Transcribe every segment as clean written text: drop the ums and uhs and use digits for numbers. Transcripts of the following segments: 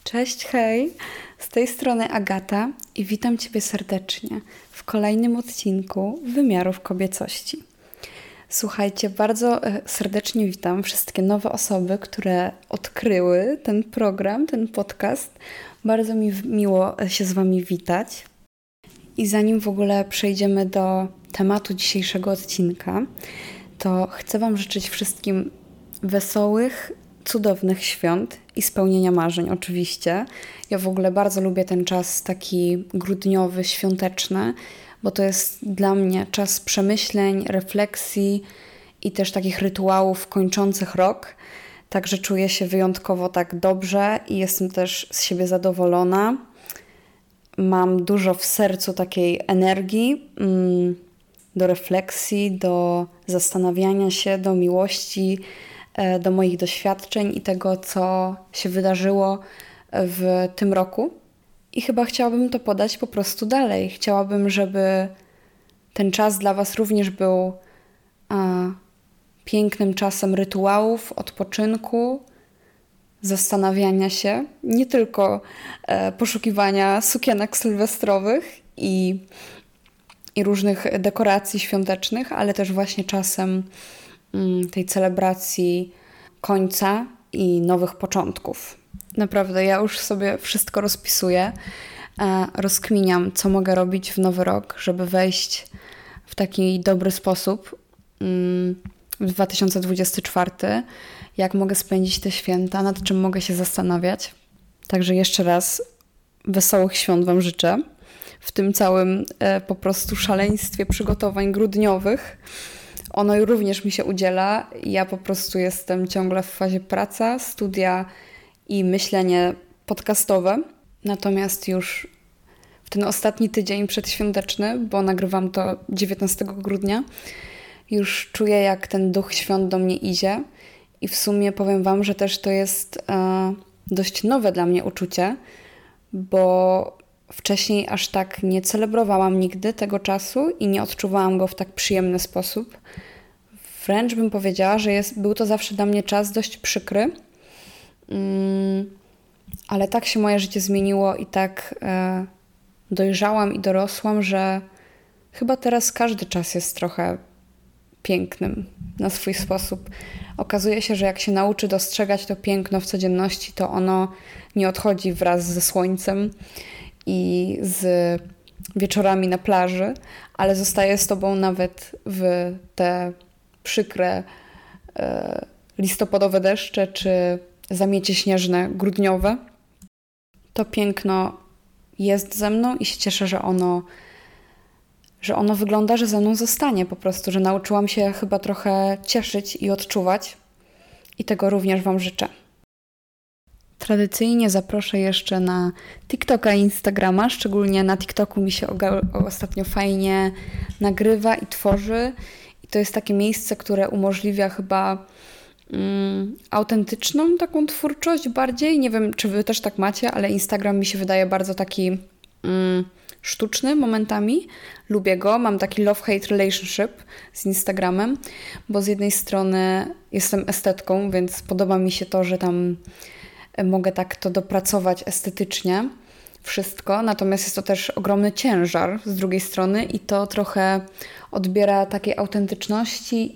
Cześć, hej! Z tej strony Agata i witam Ciebie serdecznie w kolejnym odcinku Wymiarów Kobiecości. Słuchajcie, bardzo serdecznie witam wszystkie nowe osoby, które odkryły ten program, ten podcast. Bardzo mi miło się z Wami witać. I zanim w ogóle przejdziemy do tematu dzisiejszego odcinka, to chcę Wam życzyć wszystkim wesołych, cudownych świąt i spełnienia marzeń oczywiście. Ja w ogóle bardzo lubię ten czas taki grudniowy, świąteczny, bo to jest dla mnie czas przemyśleń, refleksji i też takich rytuałów kończących rok. Także czuję się wyjątkowo tak dobrze i jestem też z siebie zadowolona. Mam dużo w sercu takiej energii do refleksji, do zastanawiania się, do miłości, do moich doświadczeń i tego, co się wydarzyło w tym roku. I chyba chciałabym to podać po prostu dalej. Chciałabym, żeby ten czas dla Was również był pięknym czasem rytuałów, odpoczynku, zastanawiania się, nie tylko poszukiwania sukienek sylwestrowych i różnych dekoracji świątecznych, ale też właśnie czasem tej celebracji końca i nowych początków. Naprawdę, ja już sobie wszystko rozpisuję, rozkminiam, co mogę robić w nowy rok, żeby wejść w taki dobry sposób w 2024, jak mogę spędzić te święta, nad czym mogę się zastanawiać. Także jeszcze raz wesołych świąt Wam życzę w tym całym po prostu szaleństwie przygotowań grudniowych. Ono również mi się udziela. Ja po prostu jestem ciągle w fazie praca, studia i myślenie podcastowe. Natomiast już w ten ostatni tydzień przedświąteczny, bo nagrywam to 19 grudnia, już czuję, jak ten duch świąt do mnie idzie. I w sumie powiem Wam, że też to jest dość nowe dla mnie uczucie, bo wcześniej aż tak nie celebrowałam nigdy tego czasu i nie odczuwałam go w tak przyjemny sposób. Wręcz bym powiedziała, że był to zawsze dla mnie czas dość przykry, ale tak się moje życie zmieniło i tak dojrzałam i dorosłam, że chyba teraz każdy czas jest trochę pięknym na swój sposób. Okazuje się, że jak się nauczy dostrzegać to piękno w codzienności, to ono nie odchodzi wraz ze słońcem i z wieczorami na plaży, ale zostaje z Tobą nawet w te przykre listopadowe deszcze czy zamiecie śnieżne grudniowe. To piękno jest ze mną i się cieszę, że ono wygląda, że ze mną zostanie po prostu, że nauczyłam się chyba trochę cieszyć i odczuwać i tego również Wam życzę. Tradycyjnie zaproszę jeszcze na TikToka i Instagrama, szczególnie na TikToku mi się ostatnio fajnie nagrywa i tworzy i to jest takie miejsce, które umożliwia chyba autentyczną taką twórczość bardziej. Nie wiem, czy Wy też tak macie, ale Instagram mi się wydaje bardzo taki sztuczny momentami. Lubię go. Mam taki love-hate relationship z Instagramem, bo z jednej strony jestem estetką, więc podoba mi się to, że tam mogę tak to dopracować estetycznie wszystko, natomiast jest to też ogromny ciężar z drugiej strony i to trochę odbiera takiej autentyczności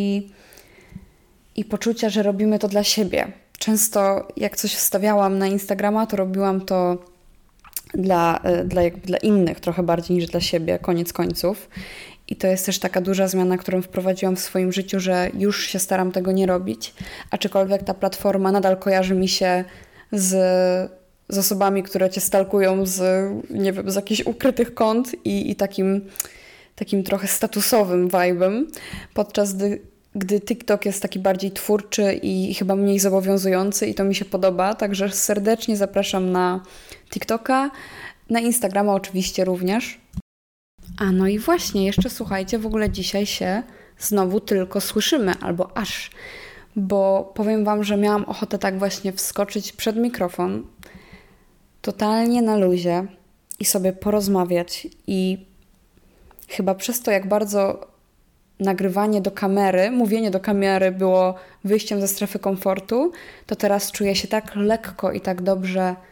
i poczucia, że robimy to dla siebie. Często jak coś wstawiałam na Instagrama, to robiłam to dla innych trochę bardziej niż dla siebie, koniec końców. I to jest też taka duża zmiana, którą wprowadziłam w swoim życiu, że już się staram tego nie robić, aczkolwiek ta platforma nadal kojarzy mi się z osobami, które Cię stalkują nie wiem, z jakichś ukrytych kont i takim trochę statusowym vibe'em, podczas gdy TikTok jest taki bardziej twórczy i chyba mniej zobowiązujący i to mi się podoba, także serdecznie zapraszam na TikToka, na Instagrama oczywiście również. No i właśnie, jeszcze słuchajcie, w ogóle dzisiaj się znowu tylko słyszymy, albo aż, bo powiem Wam, że miałam ochotę tak właśnie wskoczyć przed mikrofon, totalnie na luzie i sobie porozmawiać i chyba przez to, jak bardzo nagrywanie do kamery, mówienie do kamery było wyjściem ze strefy komfortu, to teraz czuję się tak lekko i tak dobrze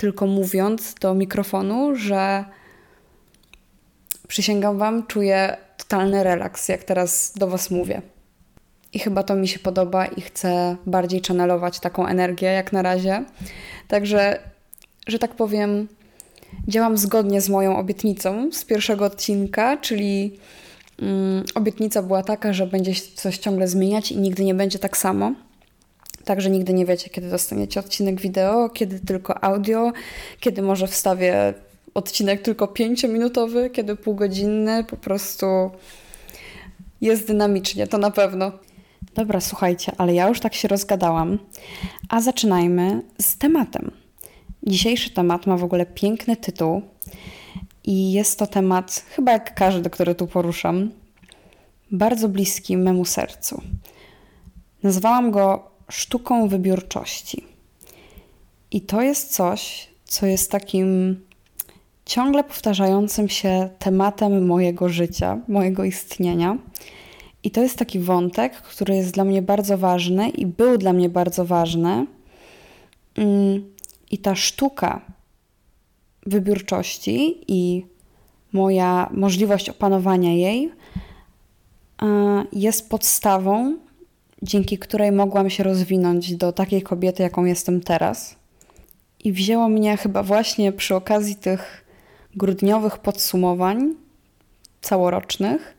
tylko mówiąc do mikrofonu, że przysięgam Wam, czuję totalny relaks, jak teraz do Was mówię. I chyba to mi się podoba i chcę bardziej channelować taką energię jak na razie. Także, że tak powiem, działam zgodnie z moją obietnicą z pierwszego odcinka, czyli obietnica była taka, że będzie się coś ciągle zmieniać i nigdy nie będzie tak samo. Także nigdy nie wiecie, kiedy dostaniecie odcinek wideo, kiedy tylko audio, kiedy może wstawię odcinek tylko 5-minutowy, kiedy półgodzinny. Po prostu jest dynamicznie, to na pewno. Dobra, słuchajcie, ale ja już tak się rozgadałam, a zaczynajmy z tematem. Dzisiejszy temat ma w ogóle piękny tytuł i jest to temat, chyba jak każdy, który tu poruszam, bardzo bliski memu sercu. Nazwałam go sztuką wybiórczości. I to jest coś, co jest takim ciągle powtarzającym się tematem mojego życia, mojego istnienia. I to jest taki wątek, który jest dla mnie bardzo ważny i był dla mnie bardzo ważny. I ta sztuka wybiórczości i moja możliwość opanowania jej jest podstawą, dzięki której mogłam się rozwinąć do takiej kobiety, jaką jestem teraz. I wzięło mnie chyba właśnie przy okazji tych grudniowych podsumowań całorocznych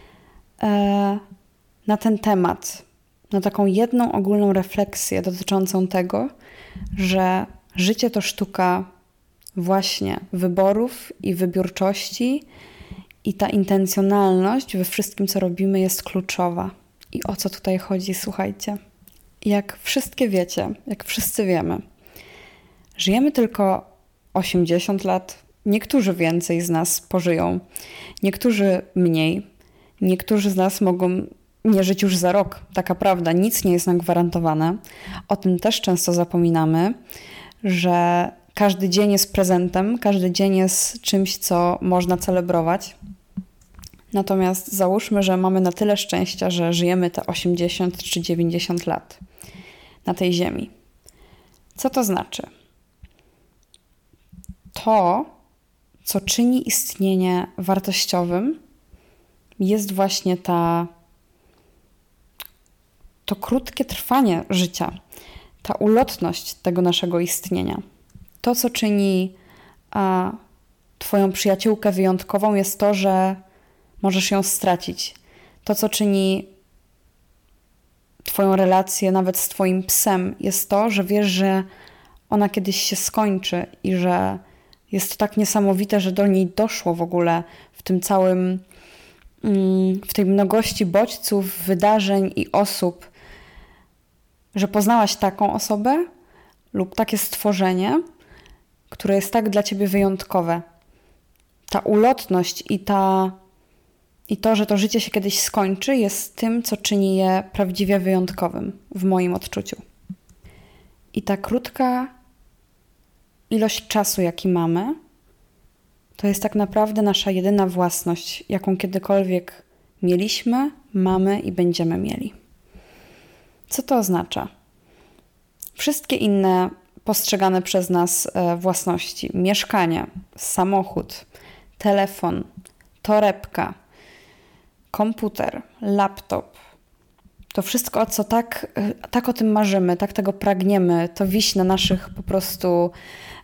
na ten temat, na taką jedną ogólną refleksję dotyczącą tego, że życie to sztuka właśnie wyborów i wybiórczości i ta intencjonalność we wszystkim, co robimy, jest kluczowa. I o co tutaj chodzi, słuchajcie? Jak wszystkie wiecie, jak wszyscy wiemy, żyjemy tylko 80 lat, niektórzy więcej z nas pożyją, niektórzy mniej, niektórzy z nas mogą nie żyć już za rok. Taka prawda, nic nie jest nam gwarantowane. O tym też często zapominamy, że każdy dzień jest prezentem, każdy dzień jest czymś, co można celebrować. Natomiast załóżmy, że mamy na tyle szczęścia, że żyjemy te 80 czy 90 lat na tej ziemi. Co to znaczy? To, co czyni istnienie wartościowym, jest właśnie to krótkie trwanie życia, ta ulotność tego naszego istnienia. To, co czyni Twoją przyjaciółkę wyjątkową, jest to, że możesz ją stracić. To, co czyni Twoją relację nawet z Twoim psem, jest to, że wiesz, że ona kiedyś się skończy i że jest to tak niesamowite, że do niej doszło w ogóle w tym całym, w tej mnogości bodźców, wydarzeń i osób, że poznałaś taką osobę lub takie stworzenie, które jest tak dla Ciebie wyjątkowe. Ta ulotność i to, że to życie się kiedyś skończy, jest tym, co czyni je prawdziwie wyjątkowym w moim odczuciu. I ta krótka ilość czasu, jaki mamy, to jest tak naprawdę nasza jedyna własność, jaką kiedykolwiek mieliśmy, mamy i będziemy mieli. Co to oznacza? Wszystkie inne postrzegane przez nas własności, mieszkanie, samochód, telefon, torebka, komputer, laptop, to wszystko, co tak o tym marzymy, tak tego pragniemy, to wisi na naszych po prostu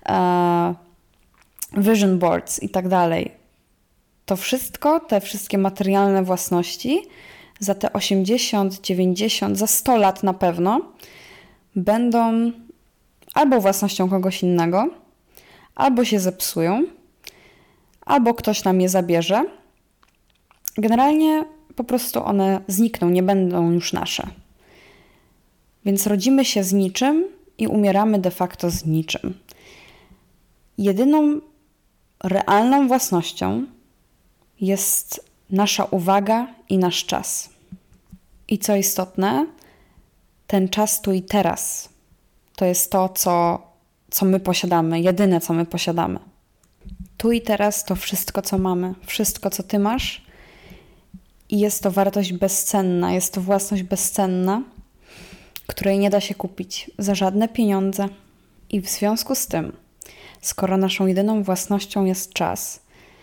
vision boards i tak dalej. To wszystko, te wszystkie materialne własności za te 80, 90, za 100 lat na pewno będą albo własnością kogoś innego, albo się zepsują, albo ktoś nam je zabierze. Generalnie po prostu one znikną, nie będą już nasze. Więc rodzimy się z niczym i umieramy de facto z niczym. Jedyną realną własnością jest nasza uwaga i nasz czas. I co istotne, ten czas tu i teraz to jest to, co my posiadamy, jedyne, co my posiadamy. Tu i teraz to wszystko, co mamy, wszystko, co ty masz i jest to wartość bezcenna, jest to własność bezcenna, której nie da się kupić za żadne pieniądze. I w związku z tym skoro naszą jedyną własnością jest czas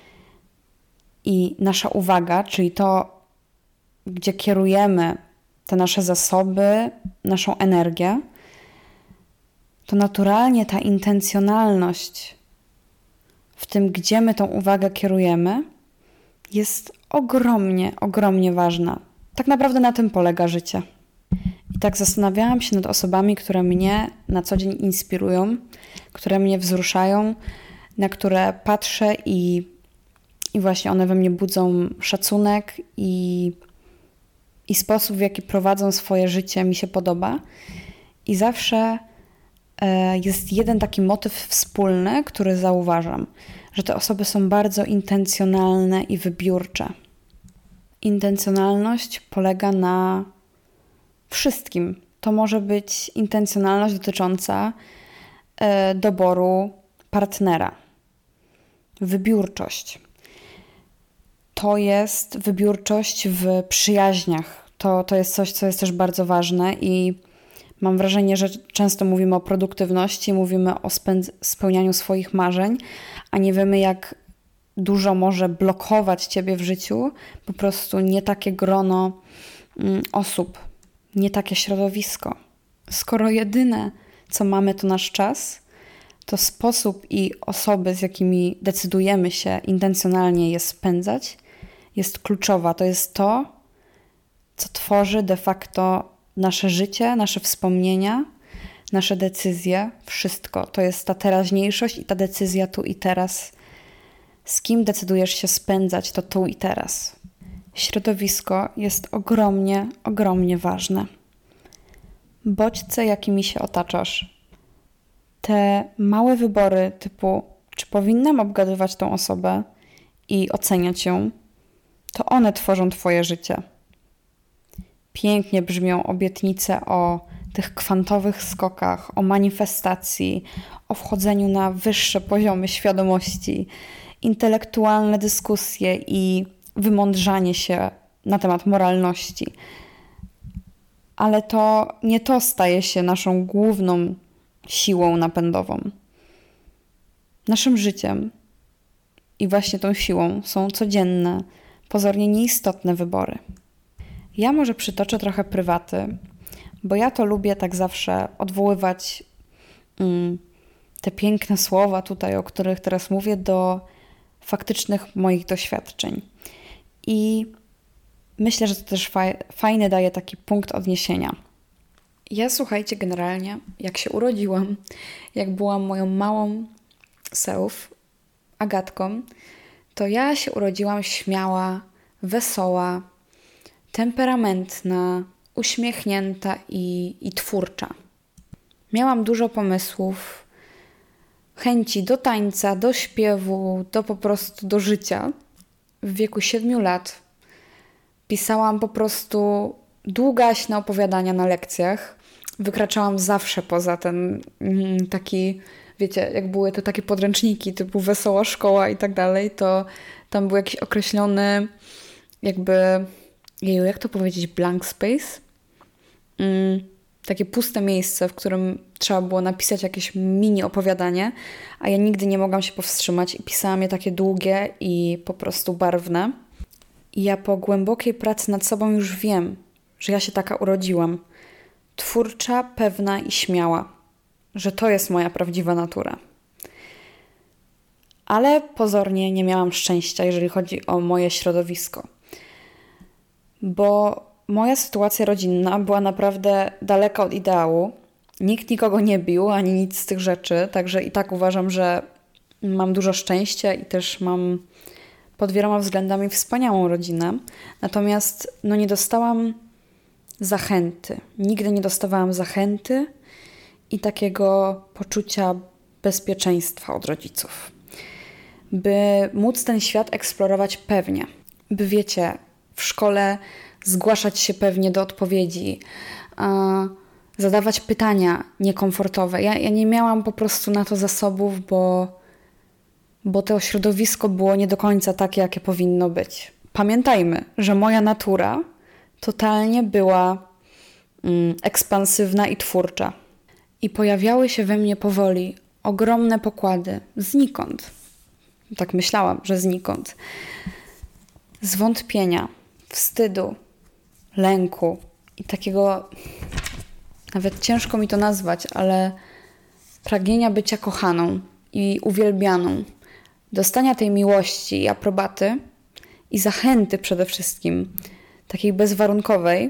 i nasza uwaga, czyli to, gdzie kierujemy te nasze zasoby, naszą energię, to naturalnie ta intencjonalność w tym, gdzie my tą uwagę kierujemy, jest ogromnie, ogromnie ważna. Tak naprawdę na tym polega życie. I tak zastanawiałam się nad osobami, które mnie na co dzień inspirują, które mnie wzruszają, na które patrzę i właśnie one we mnie budzą szacunek i sposób, w jaki prowadzą swoje życie, mi się podoba. I zawsze jest jeden taki motyw wspólny, który zauważam, że te osoby są bardzo intencjonalne i wybiórcze. Intencjonalność polega na wszystkim. To może być intencjonalność dotycząca doboru partnera. Wybiórczość. To jest wybiórczość w przyjaźniach. To jest coś, co jest też bardzo ważne i mam wrażenie, że często mówimy o produktywności, mówimy o spełnianiu swoich marzeń, a nie wiemy, jak dużo może blokować Ciebie w życiu po prostu nie takie grono osób, nie takie środowisko. Skoro jedyne, co mamy, to nasz czas, to sposób i osoby, z jakimi decydujemy się intencjonalnie je spędzać, jest kluczowa. To jest to, co tworzy de facto nasze życie, nasze wspomnienia, nasze decyzje, wszystko. To jest ta teraźniejszość i ta decyzja tu i teraz. Z kim decydujesz się spędzać to tu i teraz. Środowisko jest ogromnie, ogromnie ważne. Bodźce, jakimi się otaczasz. Te małe wybory typu, czy powinnam obgadywać tą osobę i oceniać ją, to one tworzą Twoje życie. Pięknie brzmią obietnice o tych kwantowych skokach, o manifestacji, o wchodzeniu na wyższe poziomy świadomości, intelektualne dyskusje i wymądrzanie się na temat moralności. Ale nie to staje się naszą główną siłą napędową. Naszym życiem i właśnie tą siłą są codzienne, pozornie nieistotne wybory. Ja może przytoczę trochę prywaty, bo ja to lubię tak zawsze odwoływać te piękne słowa tutaj, o których teraz mówię, do faktycznych moich doświadczeń. I myślę, że to też fajny daje taki punkt odniesienia. Ja, słuchajcie, generalnie, jak się urodziłam, jak byłam moją małą self, Agatką, to ja się urodziłam śmiała, wesoła, temperamentna, uśmiechnięta i twórcza. Miałam dużo pomysłów, chęci do tańca, do śpiewu, po prostu do życia. W wieku 7 lat pisałam po prostu długaśne opowiadania na lekcjach. Wykraczałam zawsze poza ten taki, wiecie, jak były te takie podręczniki typu Wesoła Szkoła i tak dalej, to tam był jakiś określony jakby, jak to powiedzieć, blank space? Takie puste miejsce, w którym trzeba było napisać jakieś mini opowiadanie, a ja nigdy nie mogłam się powstrzymać i pisałam je takie długie i po prostu barwne. I ja po głębokiej pracy nad sobą już wiem, że ja się taka urodziłam. Twórcza, pewna i śmiała. Że to jest moja prawdziwa natura. Ale pozornie nie miałam szczęścia, jeżeli chodzi o moje środowisko. Bo moja sytuacja rodzinna była naprawdę daleka od ideału. Nikt nikogo nie bił, ani nic z tych rzeczy, także i tak uważam, że mam dużo szczęścia i też mam pod wieloma względami wspaniałą rodzinę. Natomiast nie dostałam zachęty. Nigdy nie dostawałam zachęty i takiego poczucia bezpieczeństwa od rodziców. By móc ten świat eksplorować pewnie. By, wiecie, w szkole zgłaszać się pewnie do odpowiedzi, zadawać pytania niekomfortowe. Ja nie miałam po prostu na to zasobów, bo to środowisko było nie do końca takie, jakie powinno być. Pamiętajmy, że moja natura totalnie była ekspansywna i twórcza. I pojawiały się we mnie powoli ogromne pokłady znikąd. Tak myślałam, że znikąd. Zwątpienia, wstydu, lęku i takiego, nawet ciężko mi to nazwać, ale pragnienia bycia kochaną i uwielbianą. Dostania tej miłości i aprobaty i zachęty przede wszystkim, takiej bezwarunkowej,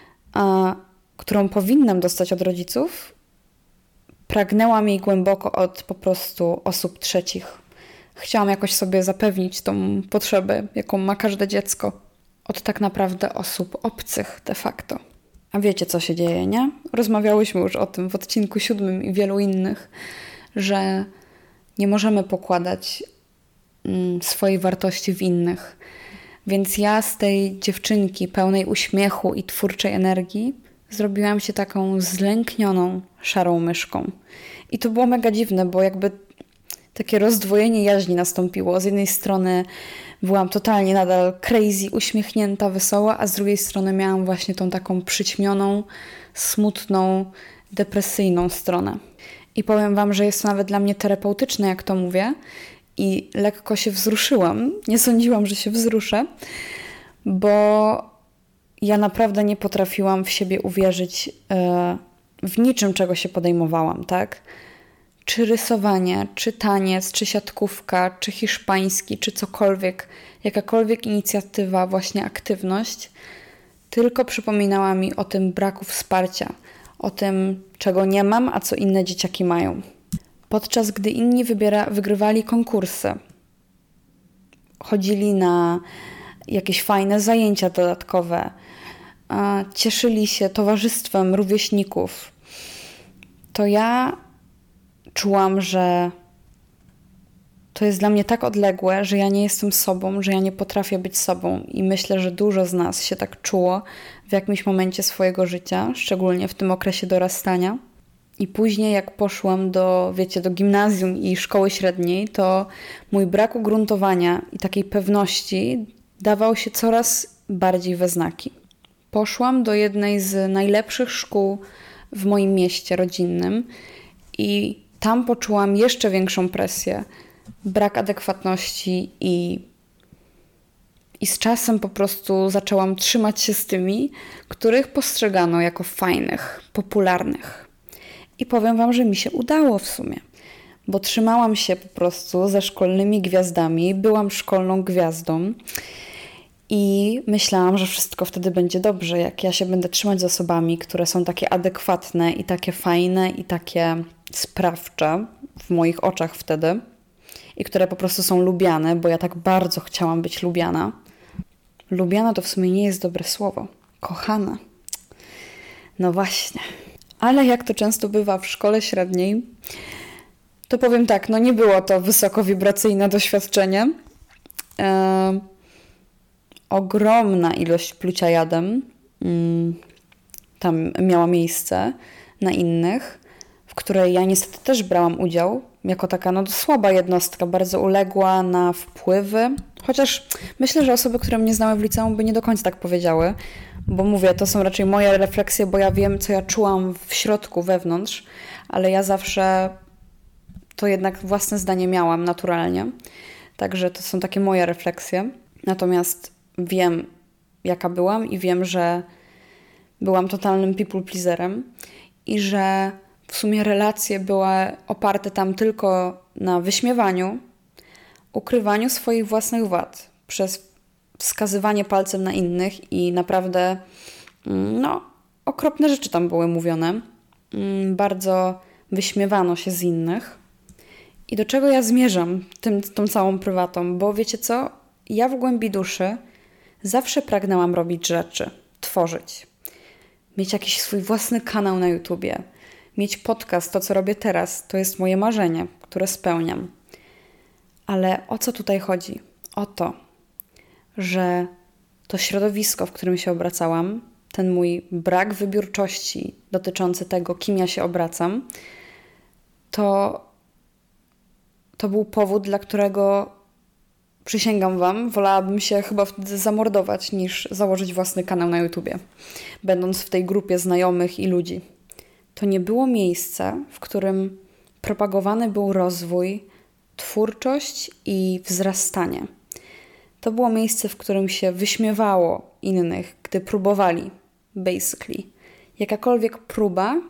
którą powinnam dostać od rodziców, pragnęłam jej głęboko od po prostu osób trzecich. Chciałam jakoś sobie zapewnić tą potrzebę, jaką ma każde dziecko, od tak naprawdę osób obcych de facto. A wiecie, co się dzieje, nie? Rozmawiałyśmy już o tym w odcinku 7 i wielu innych, że nie możemy pokładać swojej wartości w innych. Więc ja z tej dziewczynki pełnej uśmiechu i twórczej energii zrobiłam się taką zlęknioną, szarą myszką. I to było mega dziwne, bo jakby takie rozdwojenie jaźni nastąpiło. Z jednej strony byłam totalnie nadal crazy, uśmiechnięta, wesoła, a z drugiej strony miałam właśnie tą taką przyćmioną, smutną, depresyjną stronę. I powiem wam, że jest to nawet dla mnie terapeutyczne, jak to mówię. I lekko się wzruszyłam. Nie sądziłam, że się wzruszę, bo ja naprawdę nie potrafiłam w siebie uwierzyć w niczym, czego się podejmowałam, tak? Czy rysowanie, czy taniec, czy siatkówka, czy hiszpański, czy cokolwiek, jakakolwiek inicjatywa, właśnie aktywność, tylko przypominała mi o tym braku wsparcia, o tym, czego nie mam, a co inne dzieciaki mają. Podczas gdy inni wygrywali konkursy, chodzili na jakieś fajne zajęcia dodatkowe, cieszyli się towarzystwem rówieśników, to ja czułam, że to jest dla mnie tak odległe, że ja nie jestem sobą, że ja nie potrafię być sobą i myślę, że dużo z nas się tak czuło w jakimś momencie swojego życia, szczególnie w tym okresie dorastania. I później jak poszłam do gimnazjum i szkoły średniej, to mój brak ugruntowania i takiej pewności dawał się coraz bardziej we znaki. Poszłam do jednej z najlepszych szkół w moim mieście rodzinnym i tam poczułam jeszcze większą presję, brak adekwatności i z czasem po prostu zaczęłam trzymać się z tymi, których postrzegano jako fajnych, popularnych. I powiem wam, że mi się udało w sumie, bo trzymałam się po prostu ze szkolnymi gwiazdami, byłam szkolną gwiazdą i myślałam, że wszystko wtedy będzie dobrze, jak ja się będę trzymać z osobami, które są takie adekwatne i takie fajne i takie sprawcze w moich oczach wtedy i które po prostu są lubiane, bo ja tak bardzo chciałam być lubiana. Lubiana to w sumie nie jest dobre słowo. Kochana. No właśnie. Ale jak to często bywa w szkole średniej, to powiem tak, no nie było to wysokowibracyjne doświadczenie. Ogromna ilość plucia jadem tam miała miejsce na innych, w której ja niestety też brałam udział, jako taka słaba jednostka, bardzo uległa na wpływy. Chociaż myślę, że osoby, które mnie znały w liceum, by nie do końca tak powiedziały, bo mówię, to są raczej moje refleksje, bo ja wiem, co ja czułam w środku, wewnątrz, ale ja zawsze to jednak własne zdanie miałam naturalnie. Także to są takie moje refleksje. Natomiast wiem, jaka byłam i wiem, że byłam totalnym people pleaserem i że w sumie relacje były oparte tam tylko na wyśmiewaniu, ukrywaniu swoich własnych wad przez wskazywanie palcem na innych i naprawdę okropne rzeczy tam były mówione. Bardzo wyśmiewano się z innych. I do czego ja zmierzam tą całą prywatą? Bo wiecie co? Ja w głębi duszy zawsze pragnęłam robić rzeczy, tworzyć. Mieć jakiś swój własny kanał na YouTubie. Mieć podcast, to co robię teraz, to jest moje marzenie, które spełniam. Ale o co tutaj chodzi? O to, że to środowisko, w którym się obracałam, ten mój brak wybiórczości dotyczący tego, kim ja się obracam, to był powód, dla którego przysięgam wam, wolałabym się chyba wtedy zamordować, niż założyć własny kanał na YouTubie, będąc w tej grupie znajomych i ludzi. To nie było miejsce, w którym propagowany był rozwój, twórczość i wzrastanie. To było miejsce, w którym się wyśmiewało innych, gdy próbowali, basically. Jakakolwiek próba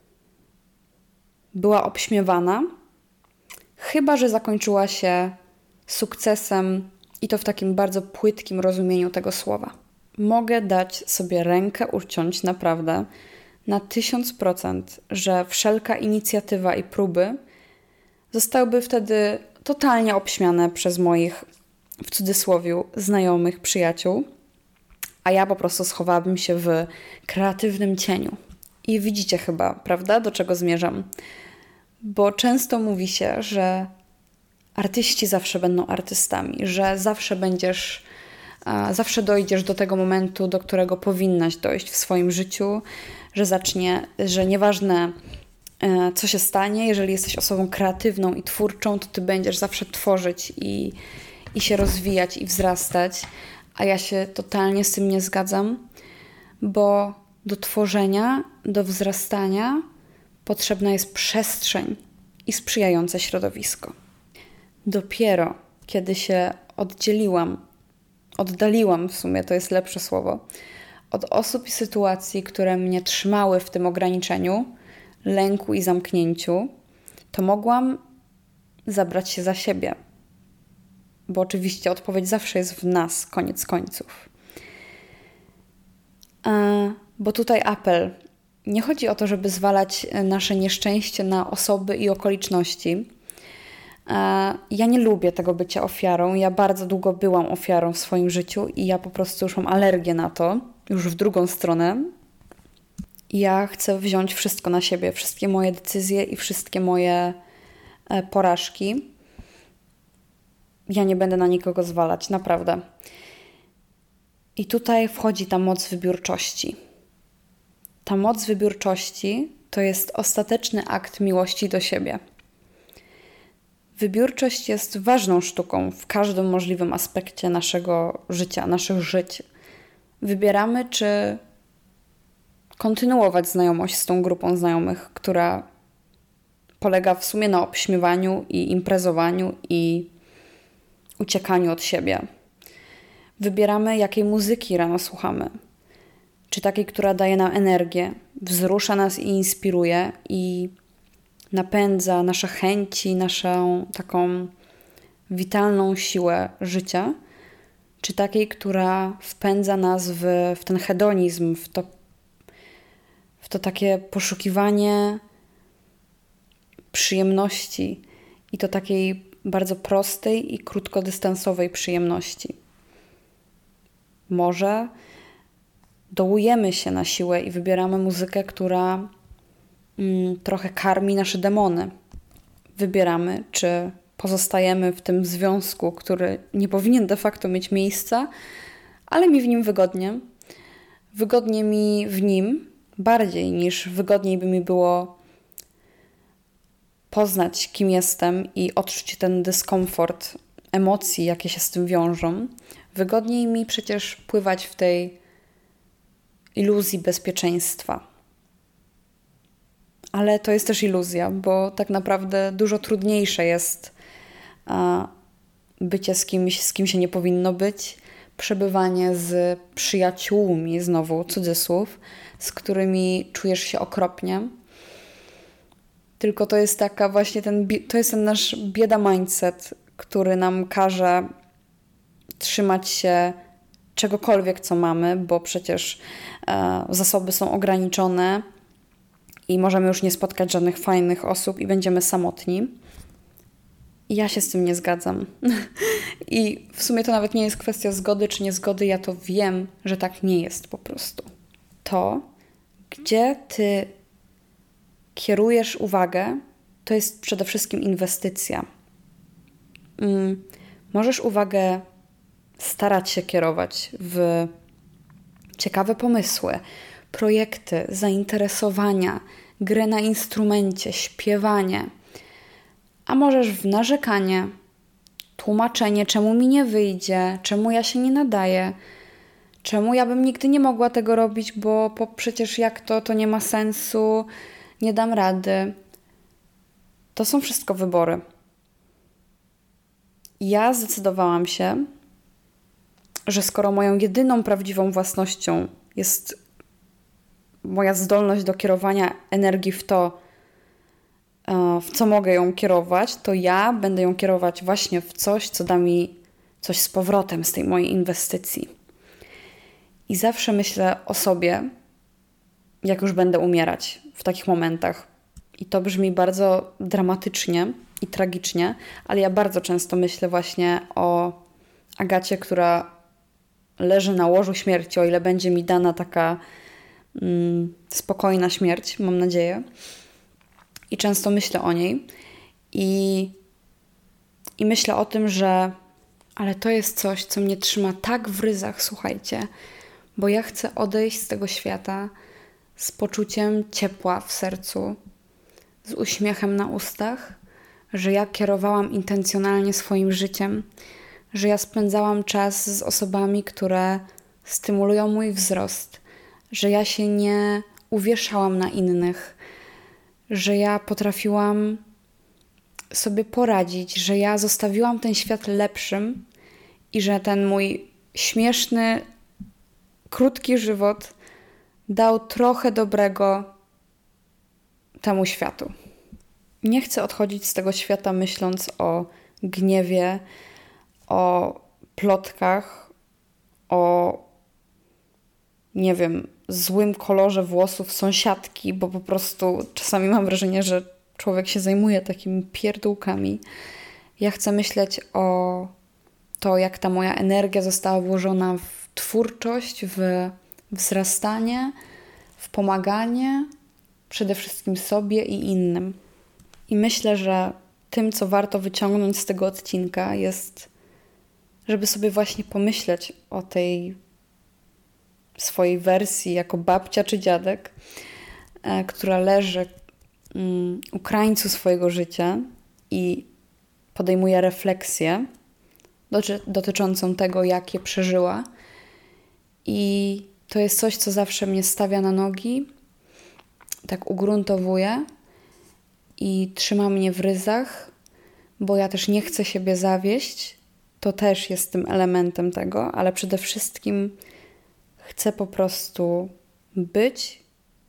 była obśmiewana, chyba że zakończyła się sukcesem i to w takim bardzo płytkim rozumieniu tego słowa. Mogę dać sobie rękę uciąć naprawdę na 1000%, że wszelka inicjatywa i próby zostałyby wtedy totalnie obśmiane przez moich, w cudzysłowie, znajomych, przyjaciół, a ja po prostu schowałabym się w kreatywnym cieniu. I widzicie chyba, prawda, do czego zmierzam? Bo często mówi się, że artyści zawsze będą artystami, że zawsze dojdziesz do tego momentu, do którego powinnaś dojść w swoim życiu, że nieważne co się stanie, jeżeli jesteś osobą kreatywną i twórczą, to ty będziesz zawsze tworzyć i się rozwijać i wzrastać, a ja się totalnie z tym nie zgadzam, bo do tworzenia, do wzrastania potrzebna jest przestrzeń i sprzyjające środowisko. Dopiero kiedy się oddaliłam w sumie, to jest lepsze słowo, od osób i sytuacji, które mnie trzymały w tym ograniczeniu, lęku i zamknięciu, to mogłam zabrać się za siebie. Bo oczywiście odpowiedź zawsze jest w nas, koniec końców. Bo tutaj apel. Nie chodzi o to, żeby zwalać nasze nieszczęście na osoby i okoliczności. Ja nie lubię tego bycia ofiarą. Ja bardzo długo byłam ofiarą w swoim życiu i ja po prostu już mam alergię na to, już w drugą stronę. Ja chcę wziąć wszystko na siebie, wszystkie moje decyzje i wszystkie moje porażki. Ja nie będę na nikogo zwalać, naprawdę. I tutaj wchodzi ta moc wybiórczości. Ta moc wybiórczości to jest ostateczny akt miłości do siebie. Wybiórczość jest ważną sztuką w każdym możliwym aspekcie naszego życia, naszych żyć. Wybieramy, czy kontynuować znajomość z tą grupą znajomych, która polega w sumie na obśmiewaniu i imprezowaniu i uciekaniu od siebie. Wybieramy, jakiej muzyki rano słuchamy. Czy takiej, która daje nam energię, wzrusza nas i inspiruje i napędza nasze chęci, naszą taką witalną siłę życia, czy takiej, która wpędza nas w ten hedonizm, w to takie poszukiwanie przyjemności i to takiej bardzo prostej i krótkodystansowej przyjemności. Może dołujemy się na siłę i wybieramy muzykę, która trochę karmi nasze demony. Wybieramy, czy pozostajemy w tym związku, który nie powinien de facto mieć miejsca, ale mi w nim wygodnie. Wygodnie mi w nim bardziej niż wygodniej by mi było poznać, kim jestem i odczuć ten dyskomfort emocji, jakie się z tym wiążą. Wygodniej mi przecież pływać w tej iluzji bezpieczeństwa. Ale to jest też iluzja, bo tak naprawdę dużo trudniejsze jest bycie z kim się nie powinno być, przebywanie z przyjaciółmi, znowu cudzysłów, z którymi czujesz się okropnie. Tylko to jest taka właśnie to jest ten nasz bieda mindset, który nam każe trzymać się czegokolwiek, co mamy, bo przecież zasoby są ograniczone i możemy już nie spotkać żadnych fajnych osób i będziemy samotni. I ja się z tym nie zgadzam. I w sumie to nawet nie jest kwestia zgody czy niezgody, ja to wiem, że tak nie jest po prostu. To, gdzie ty kierujesz uwagę, to jest przede wszystkim inwestycja. Możesz uwagę starać się kierować w ciekawe pomysły, projekty, zainteresowania, grę na instrumencie, śpiewanie. A możesz w narzekanie, tłumaczenie, czemu mi nie wyjdzie, czemu ja się nie nadaję, czemu ja bym nigdy nie mogła tego robić, bo przecież jak to nie ma sensu, nie dam rady. To są wszystko wybory. Ja zdecydowałam się, że skoro moją jedyną prawdziwą własnością jest moja zdolność do kierowania energii w to, w co mogę ją kierować, to ja będę ją kierować właśnie w coś, co da mi coś z powrotem z tej mojej inwestycji. I zawsze myślę o sobie, jak już będę umierać w takich momentach. I to brzmi bardzo dramatycznie i tragicznie, ale ja bardzo często myślę właśnie o Agacie, która leży na łożu śmierci, o ile będzie mi dana taka spokojna śmierć, mam nadzieję. I często myślę o niej i myślę o tym, że ale to jest coś, co mnie trzyma tak w ryzach, słuchajcie, bo ja chcę odejść z tego świata z poczuciem ciepła w sercu, z uśmiechem na ustach, że ja kierowałam intencjonalnie swoim życiem, że ja spędzałam czas z osobami, które stymulują mój wzrost, że ja się nie uwieszałam na innych, że ja potrafiłam sobie poradzić, że ja zostawiłam ten świat lepszym i że ten mój śmieszny, krótki żywot dał trochę dobrego temu światu. Nie chcę odchodzić z tego świata myśląc o gniewie, o plotkach, o nie wiem, złym kolorze włosów sąsiadki, bo po prostu czasami mam wrażenie, że człowiek się zajmuje takimi pierdółkami. Ja chcę myśleć o to, jak ta moja energia została włożona w twórczość, w wzrastanie, w pomaganie, przede wszystkim sobie i innym. I myślę, że tym, co warto wyciągnąć z tego odcinka, jest, żeby sobie właśnie pomyśleć o tej swojej wersji jako babcia czy dziadek, która leży u krańcu swojego życia i podejmuje refleksję dotyczącą tego, jak je przeżyła. I to jest coś, co zawsze mnie stawia na nogi, tak ugruntowuje i trzyma mnie w ryzach, bo ja też nie chcę siebie zawieść. To też jest tym elementem tego, ale przede wszystkim chcę po prostu być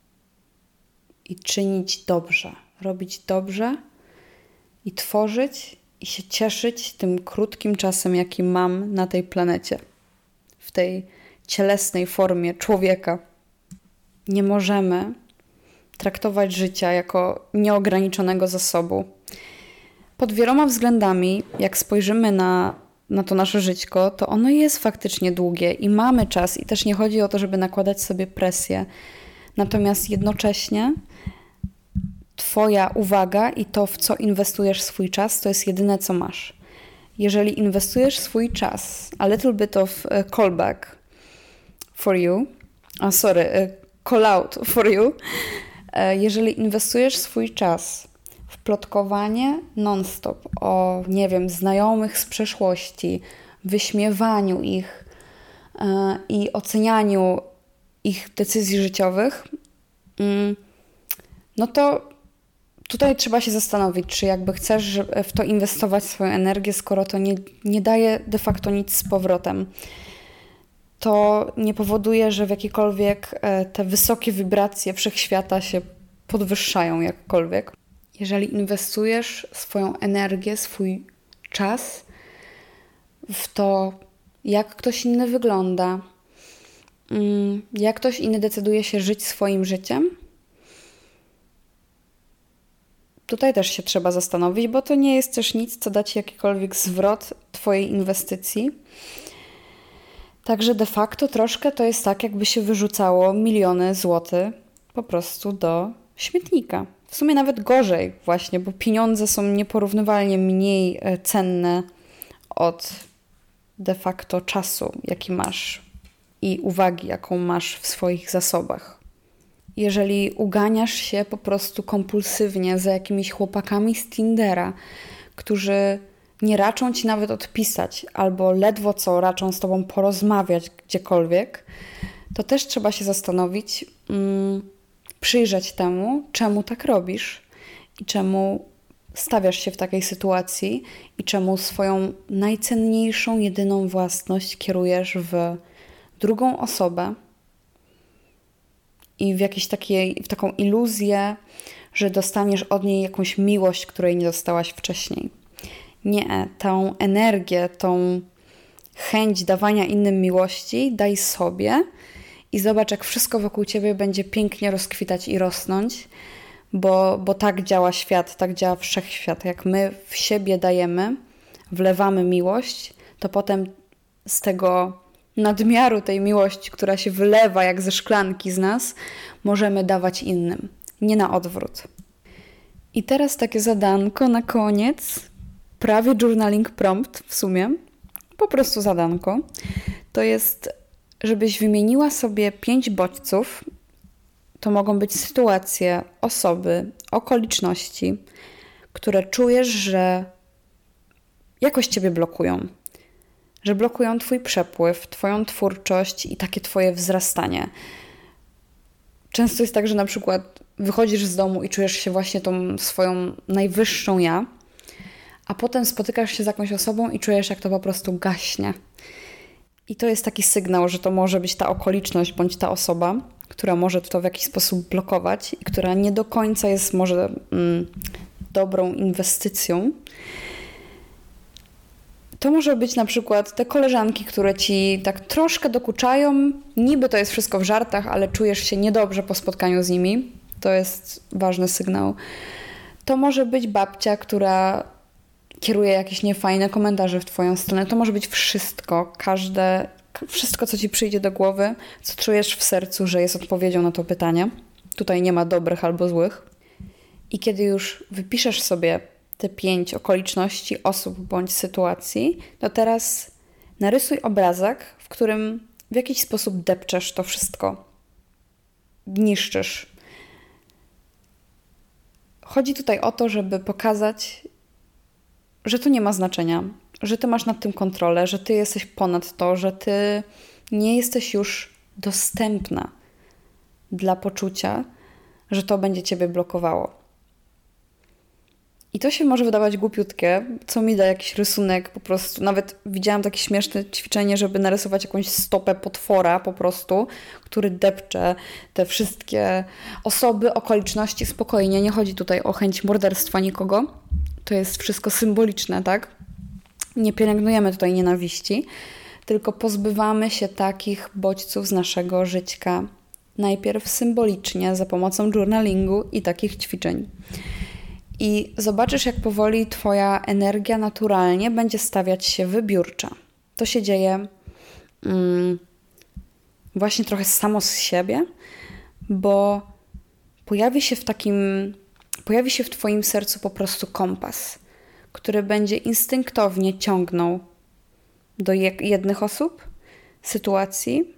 i czynić dobrze, robić dobrze i tworzyć i się cieszyć tym krótkim czasem, jaki mam na tej planecie, w tej cielesnej formie człowieka. Nie możemy traktować życia jako nieograniczonego zasobu. Pod wieloma względami, jak spojrzymy na to nasze żyćko, to ono jest faktycznie długie i mamy czas i też nie chodzi o to, żeby nakładać sobie presję. Natomiast jednocześnie Twoja uwaga i to, w co inwestujesz swój czas, to jest jedyne, co masz. Jeżeli inwestujesz swój czas, a little bit of callback for you, call out for you, jeżeli inwestujesz swój czas w plotkowanie non-stop o, nie wiem, znajomych z przeszłości, wyśmiewaniu ich i ocenianiu ich decyzji życiowych, no to tutaj trzeba się zastanowić, czy jakby chcesz w to inwestować swoją energię, skoro to nie daje de facto nic z powrotem. To nie powoduje, że w jakikolwiek te wysokie wibracje wszechświata się podwyższają jakkolwiek. Jeżeli inwestujesz swoją energię, swój czas w to, jak ktoś inny wygląda, jak ktoś inny decyduje się żyć swoim życiem, tutaj też się trzeba zastanowić, bo to nie jest też nic, co da Ci jakikolwiek zwrot Twojej inwestycji. Także de facto troszkę to jest tak, jakby się wyrzucało miliony złotych po prostu do śmietnika. W sumie nawet gorzej właśnie, bo pieniądze są nieporównywalnie mniej cenne od de facto czasu, jaki masz i uwagi, jaką masz w swoich zasobach. Jeżeli uganiasz się po prostu kompulsywnie za jakimiś chłopakami z Tindera, którzy nie raczą Ci nawet odpisać albo ledwo co raczą z Tobą porozmawiać gdziekolwiek, to też trzeba się zastanowić, przyjrzeć temu, czemu tak robisz i czemu stawiasz się w takiej sytuacji i czemu swoją najcenniejszą, jedyną własność kierujesz w drugą osobę i w taką iluzję, że dostaniesz od niej jakąś miłość, której nie dostałaś wcześniej. Nie, tą energię, tą chęć dawania innym miłości daj sobie i zobacz, jak wszystko wokół ciebie będzie pięknie rozkwitać i rosnąć, bo tak działa świat, tak działa wszechświat. Jak my w siebie dajemy, wlewamy miłość, to potem z tego nadmiaru tej miłości, która się wylewa jak ze szklanki z nas, możemy dawać innym. Nie na odwrót. I teraz takie zadanko na koniec. Prawie journaling prompt w sumie. Po prostu zadanko. To jest, żebyś wymieniła sobie 5 bodźców. To mogą być sytuacje, osoby, okoliczności, które czujesz, że jakoś ciebie blokują. Że blokują twój przepływ, twoją twórczość i takie twoje wzrastanie. Często jest tak, że na przykład wychodzisz z domu i czujesz się właśnie tą swoją najwyższą ja, a potem spotykasz się z jakąś osobą i czujesz, jak to po prostu gaśnie. I to jest taki sygnał, że to może być ta okoliczność bądź ta osoba, która może to w jakiś sposób blokować i która nie do końca jest może dobrą inwestycją. To może być na przykład te koleżanki, które ci tak troszkę dokuczają. Niby to jest wszystko w żartach, ale czujesz się niedobrze po spotkaniu z nimi. To jest ważny sygnał. To może być babcia, która kieruje jakieś niefajne komentarze w twoją stronę. To może być wszystko. Wszystko, co ci przyjdzie do głowy, co czujesz w sercu, że jest odpowiedzią na to pytanie. Tutaj nie ma dobrych albo złych. I kiedy już wypiszesz sobie te 5 okoliczności, osób bądź sytuacji, to teraz narysuj obrazek, w którym w jakiś sposób depczesz to wszystko. Niszczysz. Chodzi tutaj o to, żeby pokazać, że to nie ma znaczenia, że ty masz nad tym kontrolę, że ty jesteś ponad to, że ty nie jesteś już dostępna dla poczucia, że to będzie ciebie blokowało. I to się może wydawać głupiutkie, co mi da jakiś rysunek po prostu. Nawet widziałam takie śmieszne ćwiczenie, żeby narysować jakąś stopę potwora po prostu, który depcze te wszystkie osoby, okoliczności spokojnie. Nie chodzi tutaj o chęć morderstwa nikogo. To jest wszystko symboliczne, tak? Nie pielęgnujemy tutaj nienawiści, tylko pozbywamy się takich bodźców z naszego życia. Najpierw symbolicznie, za pomocą journalingu i takich ćwiczeń. I zobaczysz, jak powoli twoja energia naturalnie będzie stawiać się wybiórcza. To się dzieje właśnie trochę samo z siebie, bo pojawi się w twoim sercu po prostu kompas, który będzie instynktownie ciągnął do jednych osób, sytuacji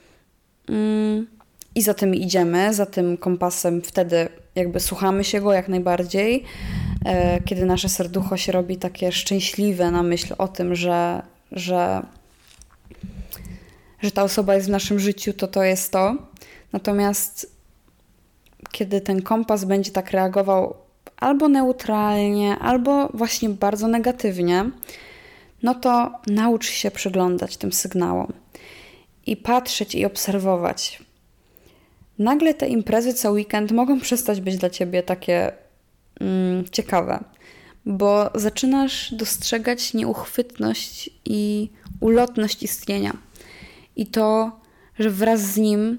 i za tym idziemy, za tym kompasem wtedy jakby słuchamy się go jak najbardziej, kiedy nasze serducho się robi takie szczęśliwe na myśl o tym, że ta osoba jest w naszym życiu, to jest to. Natomiast kiedy ten kompas będzie tak reagował albo neutralnie, albo właśnie bardzo negatywnie, no to naucz się przyglądać tym sygnałom i patrzeć i obserwować. Nagle te imprezy co weekend mogą przestać być dla ciebie takie ciekawe, bo zaczynasz dostrzegać nieuchwytność i ulotność istnienia. I to, że wraz z nim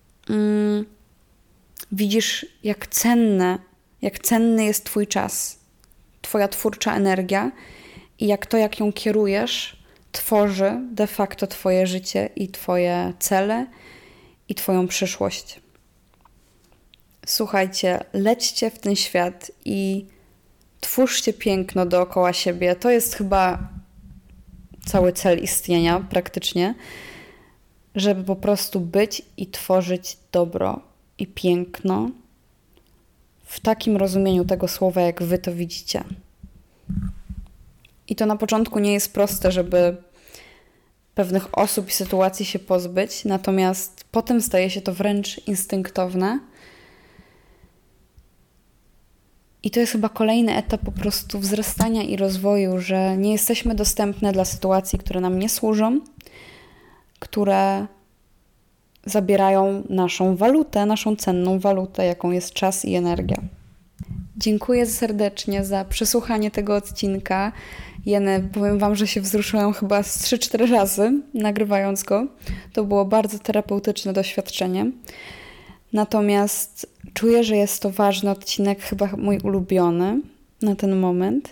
widzisz, jak cenny jest twój czas, twoja twórcza energia i jak ją kierujesz, tworzy de facto twoje życie i twoje cele i twoją przyszłość. Słuchajcie, lećcie w ten świat i twórzcie piękno dookoła siebie. To jest chyba cały cel istnienia praktycznie, żeby po prostu być i tworzyć dobro i piękno w takim rozumieniu tego słowa, jak wy to widzicie. I to na początku nie jest proste, żeby pewnych osób i sytuacji się pozbyć, natomiast potem staje się to wręcz instynktowne I to jest chyba kolejny etap po prostu wzrastania i rozwoju, że nie jesteśmy dostępne dla sytuacji, które nam nie służą, które zabierają naszą walutę, naszą cenną walutę, jaką jest czas i energia. Dziękuję serdecznie za przesłuchanie tego odcinka. Powiem Wam, że się wzruszyłam chyba z 3-4 razy, nagrywając go. To było bardzo terapeutyczne doświadczenie. Natomiast czuję, że jest to ważny odcinek, chyba mój ulubiony na ten moment.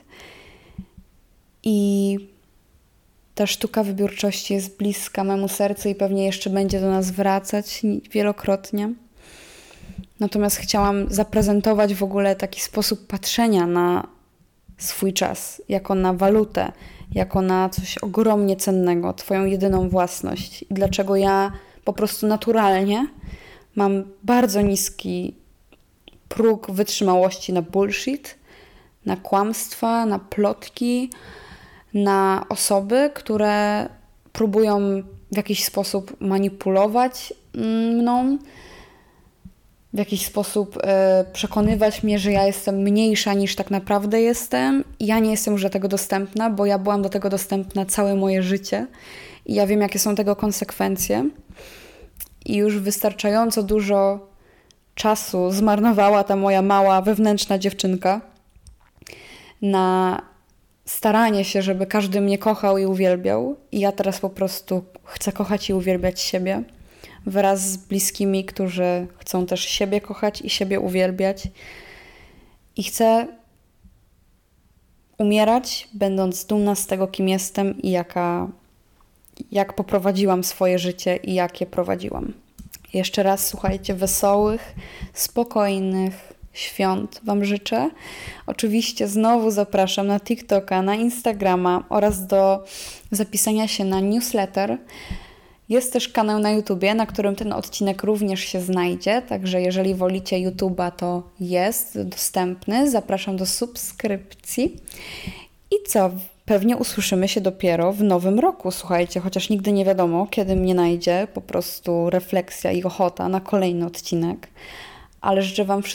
I ta sztuka wybiórczości jest bliska memu sercu i pewnie jeszcze będzie do nas wracać wielokrotnie. Natomiast chciałam zaprezentować w ogóle taki sposób patrzenia na swój czas, jako na walutę, jako na coś ogromnie cennego, Twoją jedyną własność. I dlaczego ja po prostu naturalnie mam bardzo niski próg wytrzymałości na bullshit, na kłamstwa, na plotki, na osoby, które próbują w jakiś sposób manipulować mną, w jakiś sposób przekonywać mnie, że ja jestem mniejsza niż tak naprawdę jestem. I ja nie jestem już do tego dostępna, bo ja byłam do tego dostępna całe moje życie i ja wiem, jakie są tego konsekwencje. I już wystarczająco dużo czasu zmarnowała ta moja mała wewnętrzna dziewczynka na staranie się, żeby każdy mnie kochał i uwielbiał. I ja teraz po prostu chcę kochać i uwielbiać siebie wraz z bliskimi, którzy chcą też siebie kochać i siebie uwielbiać. I chcę umierać, będąc dumna z tego, kim jestem i jak poprowadziłam swoje życie i jak je prowadziłam. Jeszcze raz, słuchajcie, wesołych, spokojnych świąt Wam życzę. Oczywiście znowu zapraszam na TikToka, na Instagrama oraz do zapisania się na newsletter. Jest też kanał na YouTubie, na którym ten odcinek również się znajdzie, także jeżeli wolicie YouTuba, to jest dostępny. Zapraszam do subskrypcji. I co? Pewnie usłyszymy się dopiero w nowym roku, słuchajcie, chociaż nigdy nie wiadomo, kiedy mnie najdzie po prostu refleksja i ochota na kolejny odcinek. Ale życzę Wam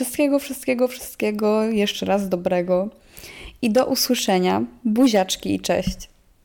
wszystkiego jeszcze raz dobrego i do usłyszenia. Buziaczki i cześć!